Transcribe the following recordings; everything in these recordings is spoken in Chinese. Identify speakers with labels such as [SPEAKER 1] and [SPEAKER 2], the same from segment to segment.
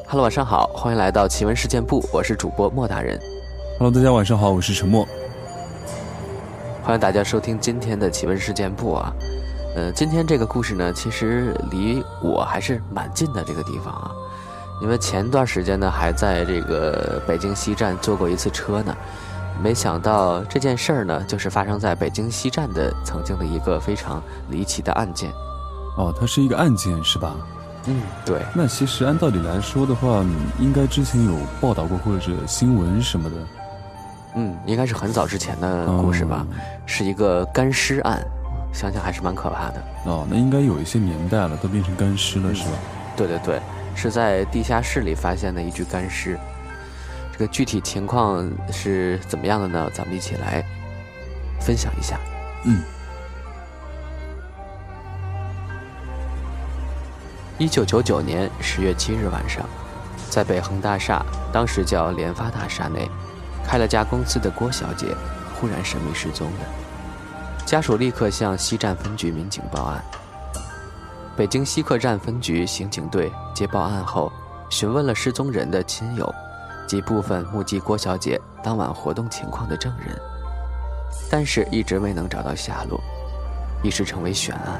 [SPEAKER 1] Hello， 晚上好，欢迎来到奇闻事件部，我是主播莫大人。
[SPEAKER 2] Hello， 大家晚上好，我是陈默。
[SPEAKER 1] 欢迎大家收听今天的奇闻事件部啊。今天这个故事呢，其实离我还是蛮近的这个地方啊，因为前段时间呢还在这个北京西站坐过一次车呢。没想到这件事儿呢，就是发生在北京西站的曾经的一个非常离奇的案件。
[SPEAKER 2] 哦，它是一个案件是吧？
[SPEAKER 1] 对。
[SPEAKER 2] 那其实按道理来说的话，应该之前有报道过或者是新闻什么的。
[SPEAKER 1] 应该是很早之前的故事吧，是一个干尸案，想想还是蛮可怕的。
[SPEAKER 2] 那应该有一些年代了，都变成干尸了，是吧？
[SPEAKER 1] 对，是在地下室里发现的一具干尸。这个具体情况是怎么样的呢？咱们一起来分享一下。1999年10月7日晚上，在北恒大厦，当时叫联发大厦内，开了家公司的郭小姐忽然神秘失踪了。家属立刻向西站分局民警报案。北京西客站分局刑警队接报案后，询问了失踪人的亲友及部分目击郭小姐当晚活动情况的证人，但是一直未能找到下落，一时成为悬案。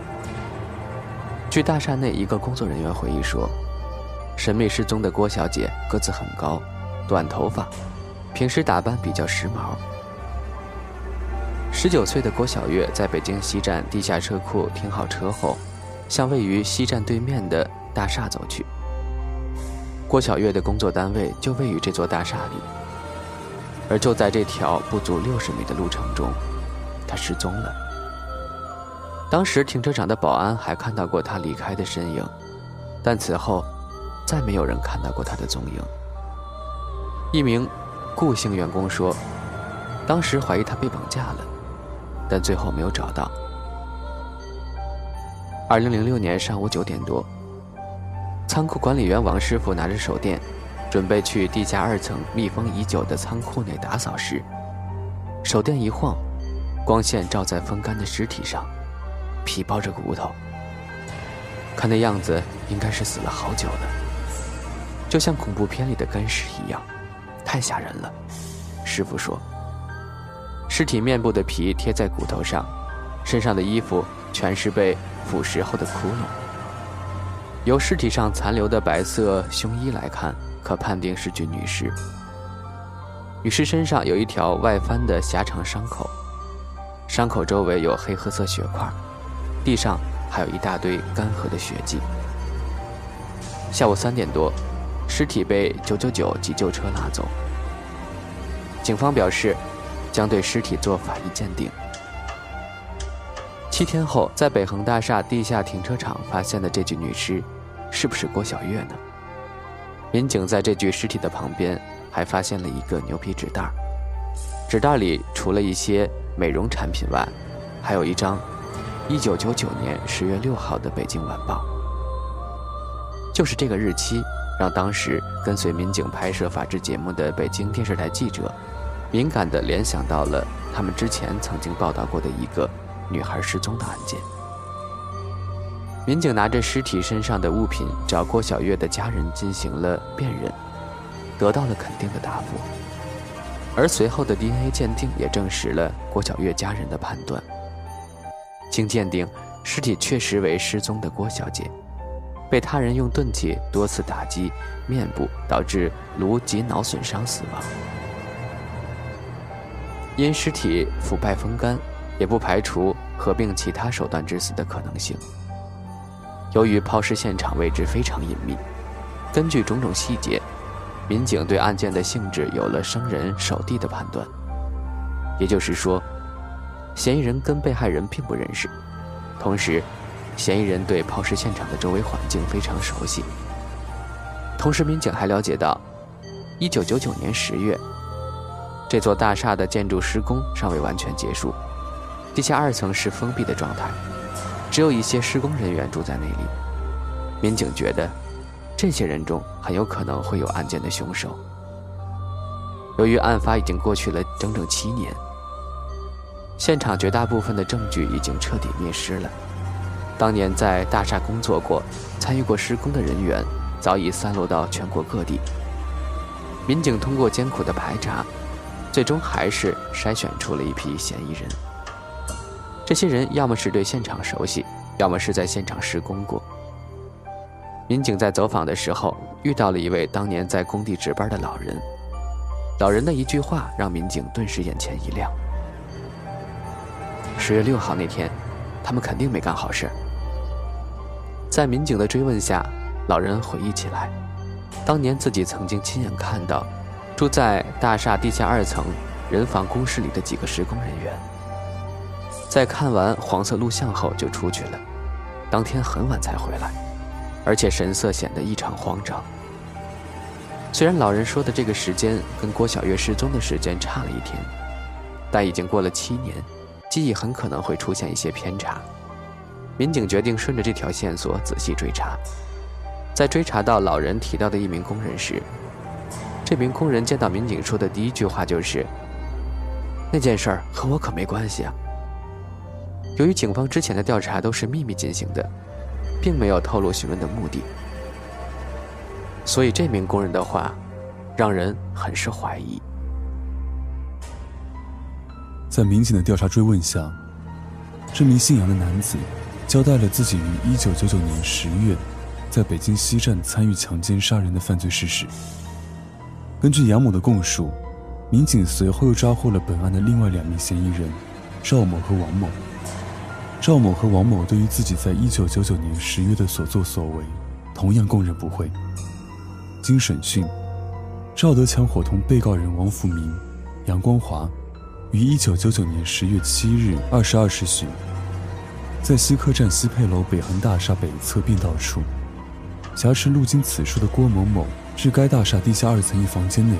[SPEAKER 1] 据大厦内一个工作人员回忆说，神秘失踪的郭小姐个子很高，短头发，平时打扮比较时髦。19岁的郭小月在北京西站地下车库停好车后，向位于西站对面的大厦走去。郭小月的工作单位就位于这座大厦里，而就在这条不足60米的路程中，她失踪了。当时停车场的保安还看到过她离开的身影，但此后再没有人看到过她的踪影。一名顾姓员工说，当时怀疑她被绑架了，但最后没有找到。2006年上午9点多，仓库管理员王师傅拿着手电，准备去地下2层密封已久的仓库内打扫时，手电一晃，光线照在风干的尸体上，皮包着骨头，看那样子应该是死了好久了，就像恐怖片里的干尸一样，太吓人了。师傅说，尸体面部的皮贴在骨头上，身上的衣服全是被腐蚀后的窟窿。由尸体上残留的白色胸衣来看，可判定是具女尸。女尸身上有一条外翻的狭长伤口，伤口周围有黑褐色血块，地上还有一大堆干涸的血迹。下午3点多，尸体被999急救车拉走。警方表示，将对尸体做法医鉴定。7天后，在北恒大厦地下停车场发现的这具女尸，是不是郭小月呢？民警在这具尸体的旁边还发现了一个牛皮纸袋，纸袋里除了一些美容产品外，还有一张1999年10月6号的北京晚报。就是这个日期，让当时跟随民警拍摄法制节目的北京电视台记者敏感地联想到了他们之前曾经报道过的一个女孩失踪的案件。民警拿着尸体身上的物品找郭小月的家人进行了辨认，得到了肯定的答复，而随后的 DNA 鉴定也证实了郭小月家人的判断。经鉴定，尸体确实为失踪的郭小姐，被他人用钝器多次打击面部，导致颅及脑损伤死亡。因尸体腐败风干，也不排除合并其他手段致死的可能性。由于抛尸现场位置非常隐秘，根据种种细节，民警对案件的性质有了生人熟地的判断。也就是说，嫌疑人跟被害人并不认识，同时嫌疑人对抛尸现场的周围环境非常熟悉。同时民警还了解到，1999年10月，这座大厦的建筑施工尚未完全结束，地下2层是封闭的状态，只有一些施工人员住在那里。民警觉得这些人中很有可能会有案件的凶手。由于案发已经过去了整整7年，现场绝大部分的证据已经彻底灭失了。当年在大厦工作过、参与过施工的人员早已散落到全国各地。民警通过艰苦的排查，最终还是筛选出了一批嫌疑人。这些人要么是对现场熟悉，要么是在现场施工过。民警在走访的时候遇到了一位当年在工地值班的老人，老人的一句话让民警顿时眼前一亮。10月6号那天，他们肯定没干好事。在民警的追问下，老人回忆起来，当年自己曾经亲眼看到住在大厦地下2层人防工室里的几个施工人员，在看完黄色录像后就出去了，当天很晚才回来，而且神色显得异常慌张。虽然老人说的这个时间跟郭小月失踪的时间差了1天，但已经过了7年，记忆很可能会出现一些偏差。民警决定顺着这条线索仔细追查。在追查到老人提到的一名工人时，这名工人见到民警说的第一句话就是：“那件事儿和我可没关系啊。”由于警方之前的调查都是秘密进行的，并没有透露询问的目的，所以这名工人的话让人很是怀疑。
[SPEAKER 2] 在民警的调查追问下，这名姓杨的男子交代了自己于1999年10月在北京西站参与强奸杀人的犯罪事实。根据杨某的供述，民警随后又抓获了本案的另外2名嫌疑人赵某和王某。赵某和王某对于自己在1999年10月的所作所为同样供认不讳。经审讯，赵德强伙同被告人王福明、杨光华于1999年10月7日22时许，在西客站西配楼北恒大厦北侧便道处，挟持路经此处的郭某某至该大厦地下2层一房间内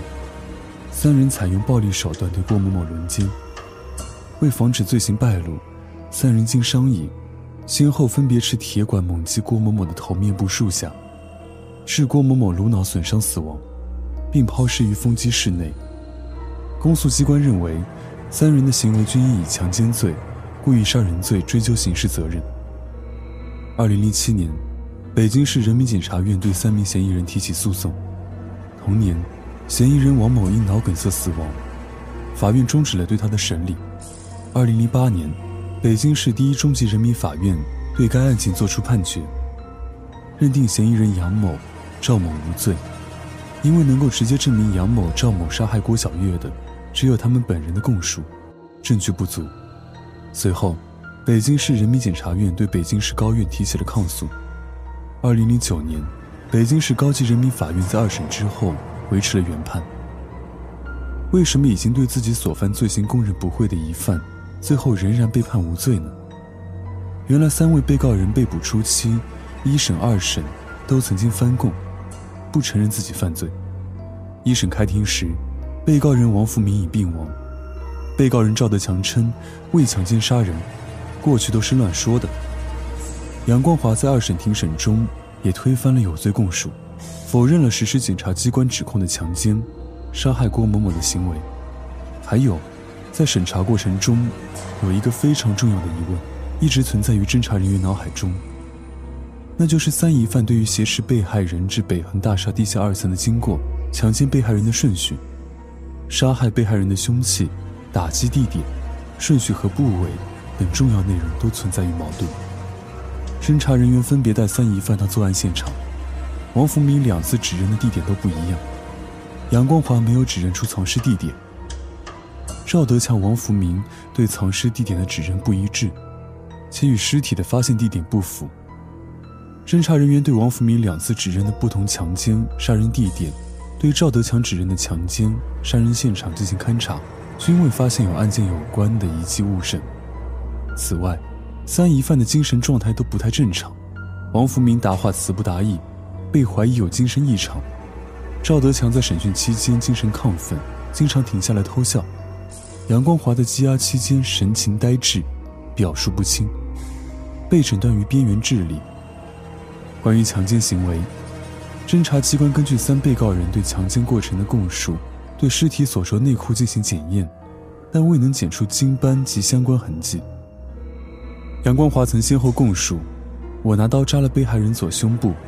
[SPEAKER 2] ，3人采用暴力手段对郭某某轮奸。为防止罪行败露，3人经商议，先后分别持铁管猛击郭某某的头面部数下，致郭某某颅脑损伤死亡，并抛尸于风机室内。公诉机关认为，3人的行为均应以强奸罪、故意杀人罪追究刑事责任。2007年，北京市人民检察院对3名嫌疑人提起诉讼。同年，嫌疑人王某因脑梗塞死亡，法院终止了对他的审理。2008年，北京市第一中级人民法院对该案件作出判决，认定嫌疑人杨某、赵某无罪，因为能够直接证明杨某、赵某杀害郭小月的只有他们本人的供述，证据不足。随后，北京市人民检察院对北京市高院提起了抗诉。2009年，北京市高级人民法院在2审之后维持了原判。为什么已经对自己所犯罪行供认不讳的疑犯，最后仍然被判无罪呢？原来3位被告人被捕初期，1审、2审都曾经翻供，不承认自己犯罪。1审开庭时，被告人王福明已病亡。被告人赵德强称未强奸杀人，过去都是乱说的。杨光华在2审庭审中也推翻了有罪供述，否认了实施检察机关指控的强奸、杀害郭某某的行为。还有，在审查过程中，有一个非常重要的疑问，一直存在于侦查人员脑海中，那就是3疑犯对于挟持被害人至北恒大厦地下2层的经过、强奸被害人的顺序、杀害被害人的凶器、打击地点、顺序和部位等重要内容都存在于矛盾。侦查人员分别带3疑犯到作案现场，王福明2次指认的地点都不一样，杨光华没有指认出藏尸地点，赵德强、王福明对藏尸地点的指认不一致，且与尸体的发现地点不符。侦查人员对王福明2次指认的不同强奸、杀人地点，对赵德强指认的强奸、杀人现场进行勘查，均未发现有案件有关的遗迹物证。此外，3疑犯的精神状态都不太正常，王福明答话词不达意，被怀疑有精神异常。赵德强在审讯期间精神亢奋，经常停下来偷笑。杨光华在羁押期间神情呆滞，表述不清，被诊断于边缘智力。关于强奸行为，侦查机关根据3被告人对强奸过程的供述，对尸体所着内裤进行检验，但未能检出精斑及相关痕迹。杨光华曾先后供述，我拿刀扎了被害人左胸部，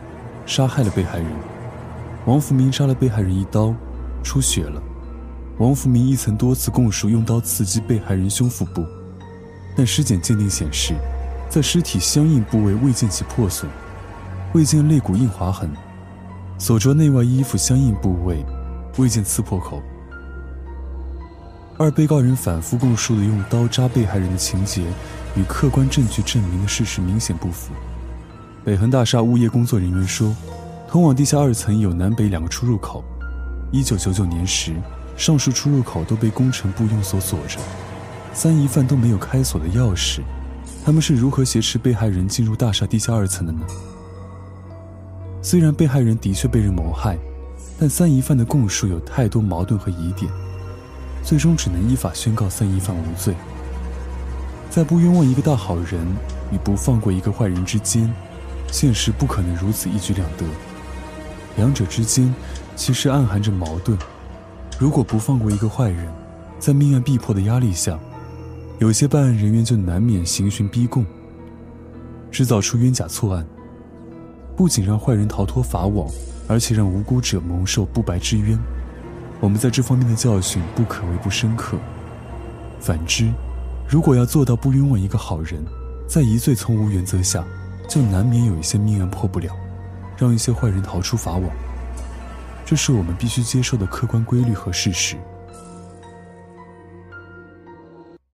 [SPEAKER 2] 杀害了被害人。王福明杀了被害人一刀，出血了。王福明亦曾多次供述用刀刺击被害人胸腹部，但尸检鉴定显示，在尸体相应部位未见其破损，未见肋骨硬划痕，所着内外衣服相应部位未见刺破口。二被告人反复供述的用刀扎被害人的情节与客观证据证明的事实明显不符。北恒大厦物业工作人员说，通往地下2层有南北2个出入口。1999年时，上述出入口都被工程部用锁锁着，3疑犯都没有开锁的钥匙，他们是如何挟持被害人进入大厦地下2层的呢？虽然被害人的确被人谋害，但3疑犯的供述有太多矛盾和疑点，最终只能依法宣告3疑犯无罪。在不冤枉一个大好人与不放过一个坏人之间，现实不可能如此一举两得，两者之间其实暗含着矛盾。如果不放过一个坏人，在命案逼迫的压力下，有些办案人员就难免刑讯逼供，制造出冤假错案，不仅让坏人逃脱法网，而且让无辜者蒙受不白之冤。我们在这方面的教训不可谓不深刻。反之，如果要做到不冤枉一个好人，在疑罪从无原则下，就难免有一些命案破不了，让一些坏人逃出法网。这是我们必须接受的客观规律和事实。